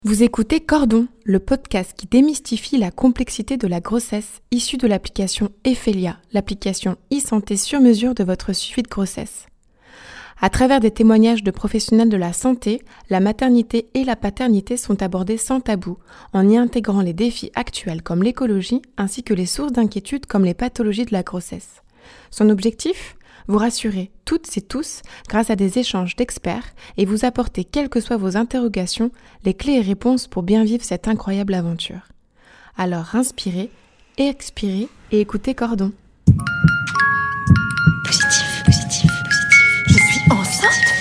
Vous écoutez Cordon, le podcast qui démystifie la complexité de la grossesse issue de l'application Ephelia, l'application e-santé sur mesure de votre suivi de grossesse. À travers des témoignages de professionnels de la santé, la maternité et la paternité sont abordées sans tabou, en y intégrant les défis actuels comme l'écologie ainsi que les sources d'inquiétude comme les pathologies de la grossesse. Son objectif ? Vous rassurer toutes et tous grâce à des échanges d'experts et vous apporter, quelles que soient vos interrogations, les clés et réponses pour bien vivre cette incroyable aventure. Alors inspirez, expirez et écoutez Cordon. Positif. Je suis enceinte.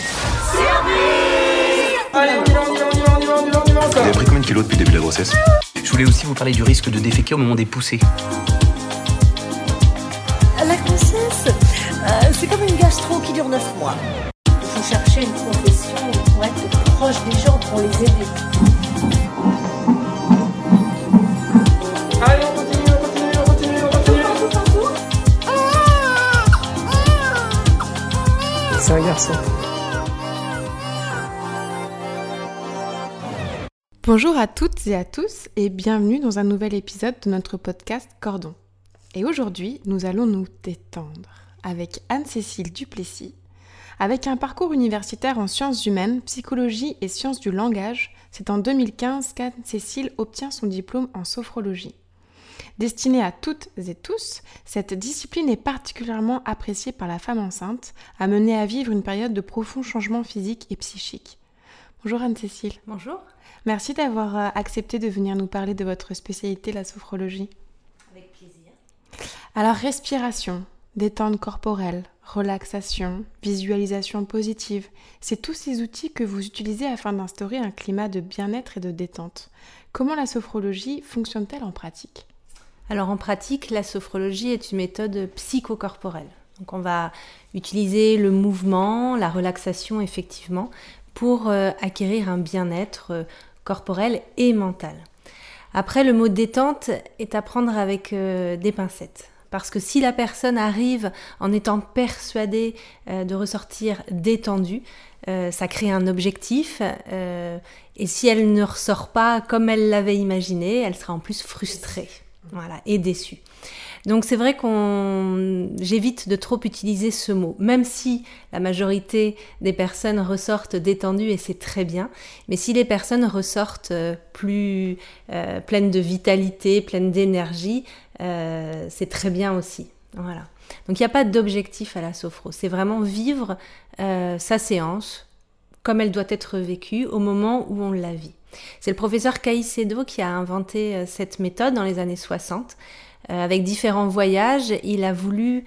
Allez, on y va. Vous avez pris combien de kilos depuis le début de la grossesse ? Je voulais aussi vous parler du risque de déféquer au moment des poussées. La grossesse, c'est comme une gastro qui dure 9 mois. Il faut chercher une profession pour être proche des gens, pour les aider. Allez, on continue. C'est un garçon. Bonjour à toutes et à tous et bienvenue dans un nouvel épisode de notre podcast Cordon. Et aujourd'hui, nous allons nous détendre avec Anne-Cécile Duplessis. Avec un parcours universitaire en sciences humaines, psychologie et sciences du langage, c'est en 2015 qu'Anne-Cécile obtient son diplôme en sophrologie. Destinée à toutes et tous, cette discipline est particulièrement appréciée par la femme enceinte, amenée à vivre une période de profonds changements physiques et psychiques. Bonjour Anne-Cécile. Bonjour. Merci d'avoir accepté de venir nous parler de votre spécialité, la sophrologie. Avec plaisir. Alors, respiration, détente corporelle, relaxation, visualisation positive, c'est tous ces outils que vous utilisez afin d'instaurer un climat de bien-être et de détente. Comment la sophrologie fonctionne-t-elle en pratique ? Alors en pratique, la sophrologie est une méthode psychocorporelle. Donc on va utiliser le mouvement, la relaxation effectivement, pour acquérir un bien-être corporel et mental. Après, le mot détente est à prendre avec des pincettes. Parce que si la personne arrive en étant persuadée de ressortir détendue, ça crée un objectif. Et si elle ne ressort pas comme elle l'avait imaginé, elle sera en plus frustrée, voilà, et déçue. Donc c'est vrai j'évite de trop utiliser ce mot, même si la majorité des personnes ressortent détendues et c'est très bien, mais si les personnes ressortent plus pleines de vitalité, pleines d'énergie, c'est très bien aussi. Voilà. Donc il n'y a pas d'objectif à la sophro, c'est vraiment vivre sa séance comme elle doit être vécue au moment où on la vit. C'est le professeur Caicedo qui a inventé cette méthode dans les années 60. Avec différents voyages, il a voulu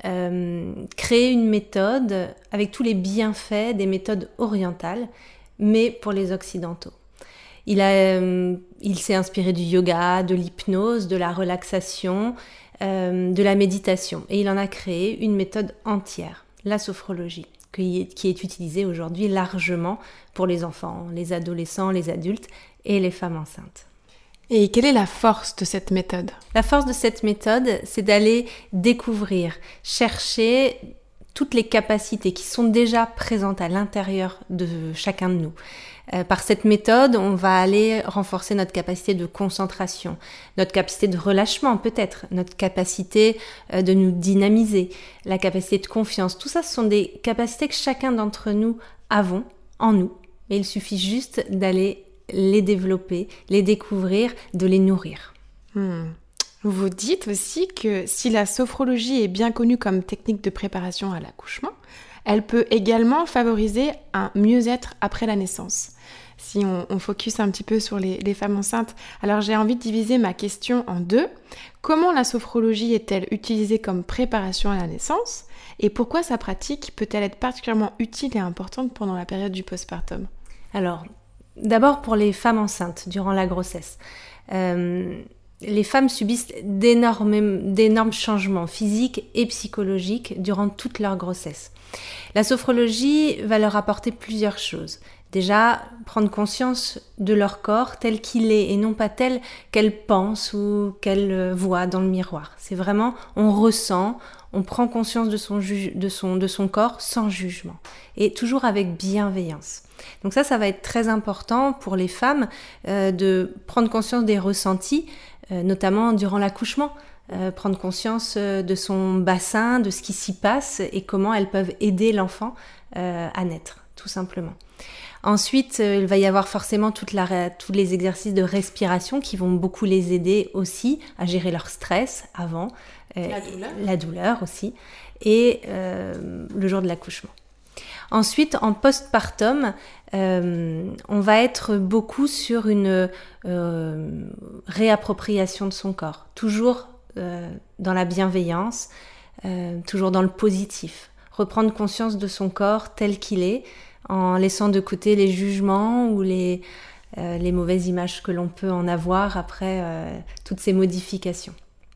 créer une méthode avec tous les bienfaits des méthodes orientales, mais pour les occidentaux. Il s'est inspiré du yoga, de l'hypnose, de la relaxation, de la méditation. Et il en a créé une méthode entière, la sophrologie, qui est utilisée aujourd'hui largement pour les enfants, les adolescents, les adultes et les femmes enceintes. Et quelle est la force de cette méthode ? La force de cette méthode, c'est d'aller découvrir, chercher toutes les capacités qui sont déjà présentes à l'intérieur de chacun de nous. Par cette méthode, on va aller renforcer notre capacité de concentration, notre capacité de relâchement peut-être, notre capacité de nous dynamiser, la capacité de confiance. Tout ça, ce sont des capacités que chacun d'entre nous avons en nous. Et il suffit juste d'aller les développer, les découvrir, de les nourrir. Vous dites aussi que si la sophrologie est bien connue comme technique de préparation à l'accouchement, elle peut également favoriser un mieux-être après la naissance. Si on focus un petit peu sur les femmes enceintes, alors j'ai envie de diviser ma question en deux. Comment la sophrologie est-elle utilisée comme préparation à la naissance ? Et pourquoi sa pratique peut-elle être particulièrement utile et importante pendant la période du postpartum ? Alors, d'abord pour les femmes enceintes durant la grossesse. Les femmes subissent d'énormes changements physiques et psychologiques durant toute leur grossesse. La sophrologie va leur apporter plusieurs choses. Déjà, prendre conscience de leur corps tel qu'il est et non pas tel qu'elles pensent ou qu'elles voient dans le miroir. C'est vraiment, on ressent, On prend conscience de son corps sans jugement et toujours avec bienveillance. Donc ça va être très important pour les femmes de prendre conscience des ressentis, notamment durant l'accouchement. Prendre conscience de son bassin, de ce qui s'y passe et comment elles peuvent aider l'enfant à naître, tout simplement. Ensuite, il va y avoir forcément tous les exercices de respiration qui vont beaucoup les aider aussi à gérer leur stress avant, la douleur aussi, et le jour de l'accouchement. Ensuite, en postpartum, on va être beaucoup sur une réappropriation de son corps, toujours dans la bienveillance, toujours dans le positif. Reprendre conscience de son corps tel qu'il est, en laissant de côté les jugements ou les mauvaises images que l'on peut en avoir après toutes ces modifications.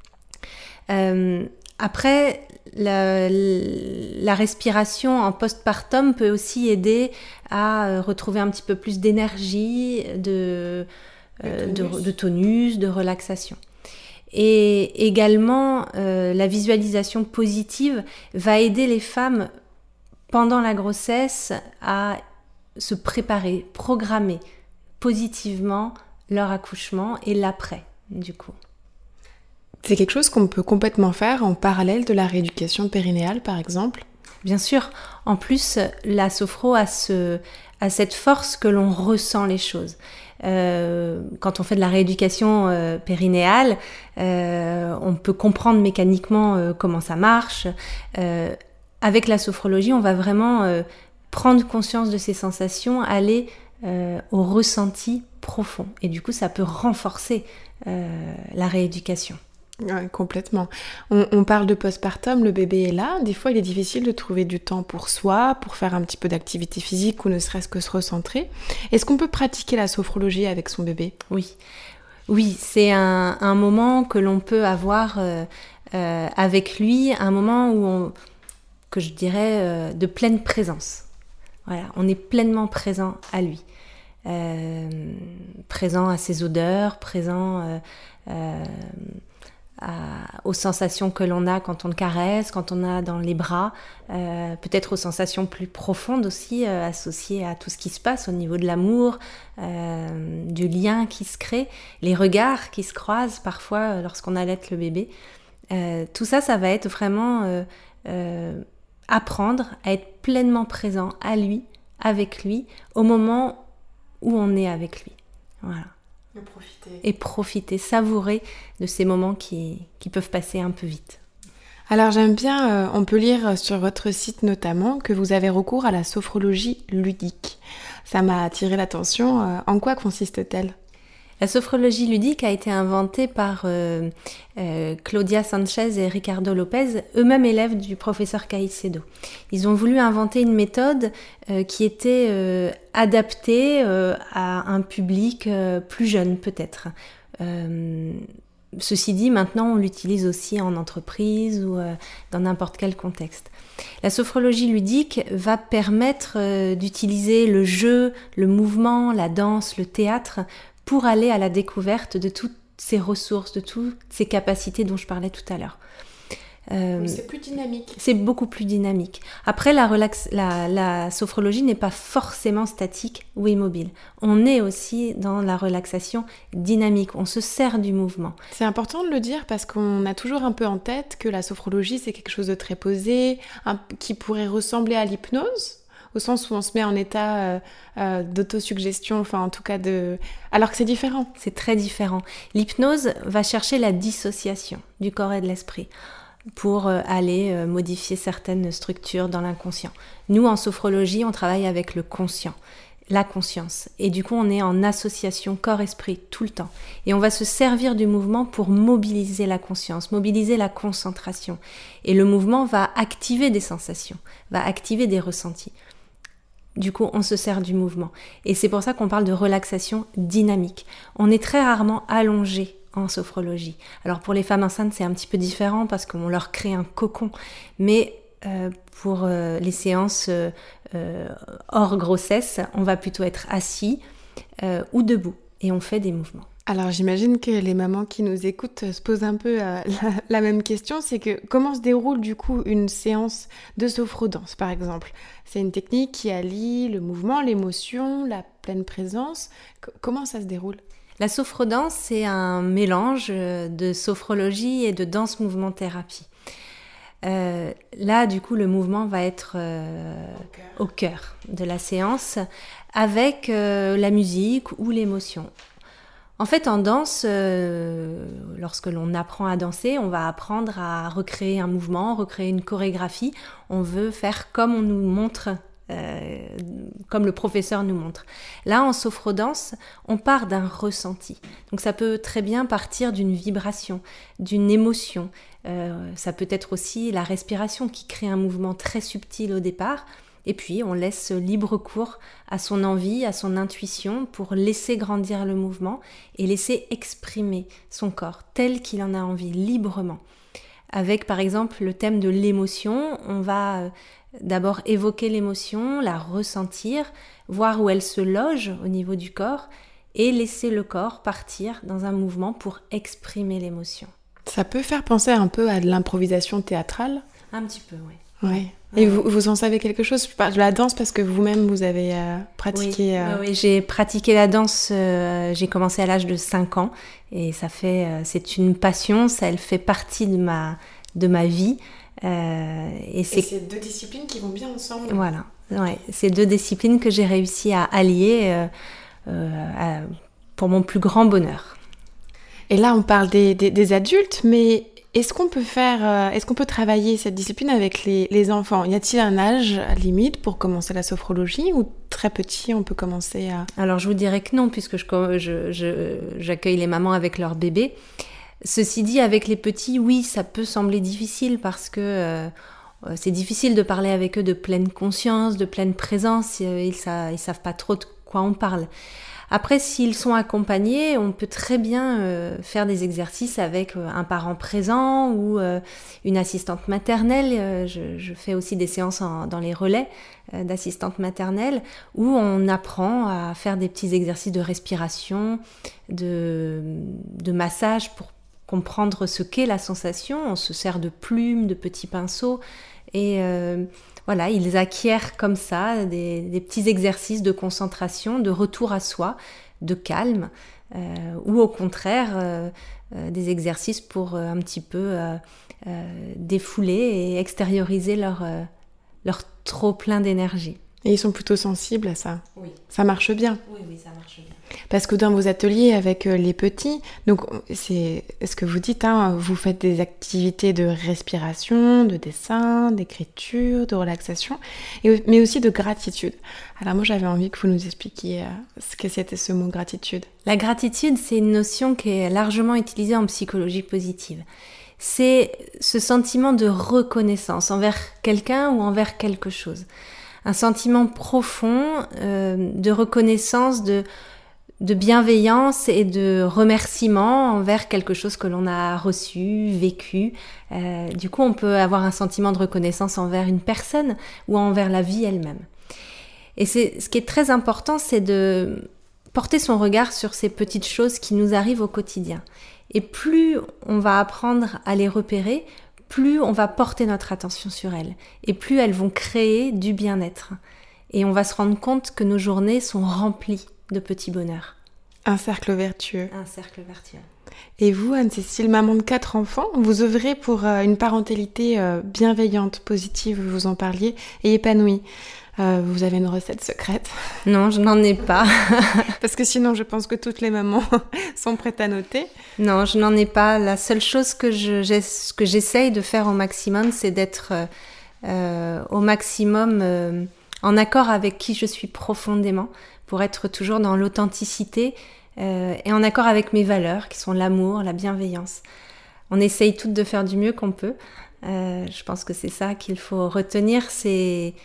Après, la respiration en postpartum peut aussi aider à retrouver un petit peu plus d'énergie, de tonus, de relaxation. Et également, la visualisation positive va aider les femmes pendant la grossesse à se préparer, programmer positivement leur accouchement et l'après, du coup. C'est quelque chose qu'on peut complètement faire en parallèle de la rééducation périnéale, par exemple ? Bien sûr. En plus, la sophro a cette force que l'on ressent les choses. Quand on fait de la rééducation périnéale, on peut comprendre mécaniquement comment ça marche. Avec la sophrologie, on va vraiment prendre conscience de ces sensations, aller au ressenti profond. Et du coup, ça peut renforcer la rééducation. Ouais, complètement. On parle de postpartum, le bébé est là. Des fois, il est difficile de trouver du temps pour soi, pour faire un petit peu d'activité physique ou ne serait-ce que se recentrer. Est-ce qu'on peut pratiquer la sophrologie avec son bébé ? Oui, c'est un moment que l'on peut avoir avec lui, un moment que je dirais de pleine présence. Voilà, on est pleinement présent à lui. Présent à ses odeurs, présent aux sensations que l'on a quand on le caresse, quand on a dans les bras, peut-être aux sensations plus profondes aussi, associées à tout ce qui se passe au niveau de l'amour, du lien qui se crée, les regards qui se croisent parfois lorsqu'on allaite le bébé. Tout ça va être vraiment apprendre à être pleinement présent à lui, avec lui, au moment où on est avec lui. Voilà. Et profiter, savourer de ces moments qui peuvent passer un peu vite. Alors j'aime bien, on peut lire sur votre site notamment que vous avez recours à la sophrologie ludique. Ça m'a attiré l'attention. En quoi consiste-t-elle ? La sophrologie ludique a été inventée par Claudia Sanchez et Ricardo Lopez, eux-mêmes élèves du professeur Caicedo. Ils ont voulu inventer une méthode qui était adaptée à un public plus jeune peut-être. Ceci dit, maintenant on l'utilise aussi en entreprise ou dans n'importe quel contexte. La sophrologie ludique va permettre d'utiliser le jeu, le mouvement, la danse, le théâtre pour aller à la découverte de toutes ces ressources, de toutes ces capacités dont je parlais tout à l'heure. C'est plus dynamique. C'est beaucoup plus dynamique. Après, la sophrologie n'est pas forcément statique ou immobile. On est aussi dans la relaxation dynamique. On se sert du mouvement. C'est important de le dire parce qu'on a toujours un peu en tête que la sophrologie, c'est quelque chose de très posé, qui pourrait ressembler à l'hypnose, au sens où on se met en état d'autosuggestion, enfin en tout cas alors que c'est différent. C'est très différent. L'hypnose va chercher la dissociation du corps et de l'esprit pour aller modifier certaines structures dans l'inconscient. Nous, en sophrologie, on travaille avec le conscient, la conscience. Et du coup, on est en association corps-esprit tout le temps. Et on va se servir du mouvement pour mobiliser la conscience, mobiliser la concentration. Et le mouvement va activer des sensations, va activer des ressentis. Du coup, on se sert du mouvement. Et c'est pour ça qu'on parle de relaxation dynamique. On est très rarement allongé en sophrologie. Alors pour les femmes enceintes, c'est un petit peu différent parce qu'on leur crée un cocon. Mais pour les séances hors grossesse, on va plutôt être assis ou debout et on fait des mouvements. Alors j'imagine que les mamans qui nous écoutent se posent un peu la même question, c'est que comment se déroule du coup une séance de sophro-danse par exemple ? C'est une technique qui allie le mouvement, l'émotion, la pleine présence. Comment ça se déroule ? La sophro-danse, c'est un mélange de sophrologie et de danse-mouvement-thérapie. Là, du coup, le mouvement va être au cœur de la séance avec la musique ou l'émotion. En fait, en danse, lorsque l'on apprend à danser, on va apprendre à recréer un mouvement, recréer une chorégraphie. On veut faire comme on nous montre, comme le professeur nous montre. Là, en sophro-danse, on part d'un ressenti. Donc ça peut très bien partir d'une vibration, d'une émotion. Ça peut être aussi la respiration qui crée un mouvement très subtil au départ. Et puis, on laisse libre cours à son envie, à son intuition pour laisser grandir le mouvement et laisser exprimer son corps tel qu'il en a envie, librement. Avec, par exemple, le thème de l'émotion, on va d'abord évoquer l'émotion, la ressentir, voir où elle se loge au niveau du corps et laisser le corps partir dans un mouvement pour exprimer l'émotion. Ça peut faire penser un peu à de l'improvisation théâtrale ? Un petit peu, oui. Ouais. Et vous en savez quelque chose ? Je parle de la danse parce que vous-même, vous avez pratiqué... Oui, j'ai pratiqué la danse, j'ai commencé à l'âge de 5 ans et c'est une passion, elle fait partie de ma vie. Et c'est deux disciplines qui vont bien ensemble. Voilà, c'est deux disciplines que j'ai réussi à allier pour mon plus grand bonheur. Et là, on parle des adultes, mais... Est-ce qu'on peut travailler cette discipline avec les enfants ? Y a-t-il un âge limite pour commencer la sophrologie ou très petit, on peut commencer à... Alors, je vous dirais que non, puisque j'accueille les mamans avec leurs bébés. Ceci dit, avec les petits, oui, ça peut sembler difficile parce que c'est difficile de parler avec eux de pleine conscience, de pleine présence. Ils savent pas trop de quoi on parle. Après, s'ils sont accompagnés, on peut très bien faire des exercices avec un parent présent ou une assistante maternelle. Je fais aussi des séances dans les relais d'assistante maternelle où on apprend à faire des petits exercices de respiration, de massage pour comprendre ce qu'est la sensation. On se sert de plumes, de petits pinceaux et... Voilà, ils acquièrent comme ça des petits exercices de concentration, de retour à soi, de calme, ou au contraire, des exercices pour un petit peu défouler et extérioriser leur trop plein d'énergie. Et ils sont plutôt sensibles à ça ? Oui. Ça marche bien ? Oui, ça marche bien. Parce que dans vos ateliers avec les petits, donc c'est ce que vous dites, vous faites des activités de respiration, de dessin, d'écriture, de relaxation, mais aussi de gratitude. Alors moi j'avais envie que vous nous expliquiez ce que c'était ce mot gratitude. La gratitude, c'est une notion qui est largement utilisée en psychologie positive. C'est ce sentiment de reconnaissance envers quelqu'un ou envers quelque chose. Un sentiment profond de reconnaissance, de bienveillance et de remerciement envers quelque chose que l'on a reçu, vécu. Du coup, on peut avoir un sentiment de reconnaissance envers une personne ou envers la vie elle-même. Et ce qui est très important, c'est de porter son regard sur ces petites choses qui nous arrivent au quotidien. Et plus on va apprendre à les repérer, plus on va porter notre attention sur elles et plus elles vont créer du bien-être. Et on va se rendre compte que nos journées sont remplies de petits bonheurs. Un cercle vertueux. Un cercle vertueux. Et vous, Anne-Cécile, maman de 4 enfants, vous œuvrez pour une parentalité bienveillante, positive, vous en parliez, et épanouie. Vous avez une recette secrète ? Non, je n'en ai pas. Parce que sinon, je pense que toutes les mamans sont prêtes à noter. Non, je n'en ai pas. La seule chose que j'essaye de faire au maximum, c'est d'être au maximum en accord avec qui je suis profondément, pour être toujours dans l'authenticité et en accord avec mes valeurs, qui sont l'amour, la bienveillance. On essaye toutes de faire du mieux qu'on peut. Je pense que c'est ça qu'il faut retenir, c'est...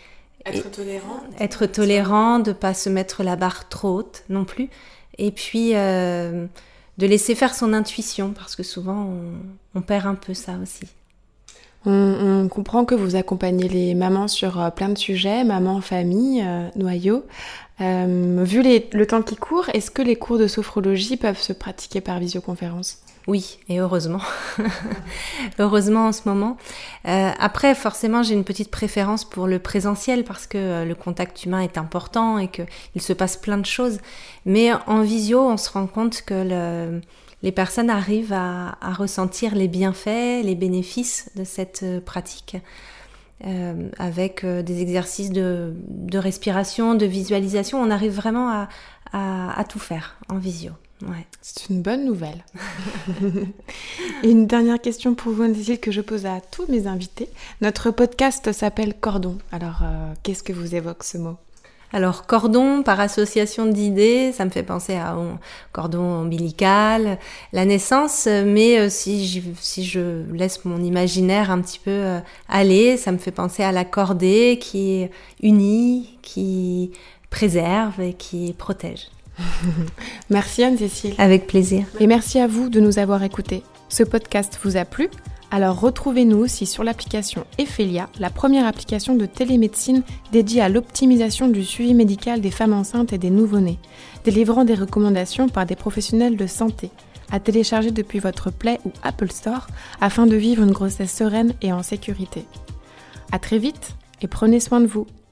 Être tolérant, de ne pas se mettre la barre trop haute non plus. Et puis, de laisser faire son intuition, parce que souvent, on perd un peu ça aussi. On comprend que vous accompagnez les mamans sur plein de sujets, maman, famille, noyau. Vu le temps qui court, est-ce que les cours de sophrologie peuvent se pratiquer par visioconférence ? Oui, et heureusement. Heureusement en ce moment. Après, forcément, j'ai une petite préférence pour le présentiel parce que le contact humain est important et qu'il se passe plein de choses. Mais en visio, on se rend compte que les personnes arrivent à ressentir les bienfaits, les bénéfices de cette pratique. Avec des exercices de respiration, de visualisation, on arrive vraiment à tout faire en visio. Ouais. C'est une bonne nouvelle. Et une dernière question pour vous, Anne-Cécile, que je pose à tous mes invités. Notre podcast s'appelle Cordon. Alors, qu'est-ce que vous évoque ce mot ? Alors, cordon, par association d'idées, ça me fait penser à cordon ombilical, la naissance, mais si je laisse mon imaginaire un petit peu aller, ça me fait penser à la cordée qui unit, qui préserve et qui protège. Merci Anne-Cécile. Avec plaisir. Et merci à vous de nous avoir écoutés. Ce podcast vous a plu ? Alors retrouvez-nous aussi sur l'application Ephelia, la première application de télémédecine dédiée à l'optimisation du suivi médical des femmes enceintes et des nouveau-nés, délivrant des recommandations par des professionnels de santé, à télécharger depuis votre Play ou Apple Store afin de vivre une grossesse sereine et en sécurité. À très vite et prenez soin de vous.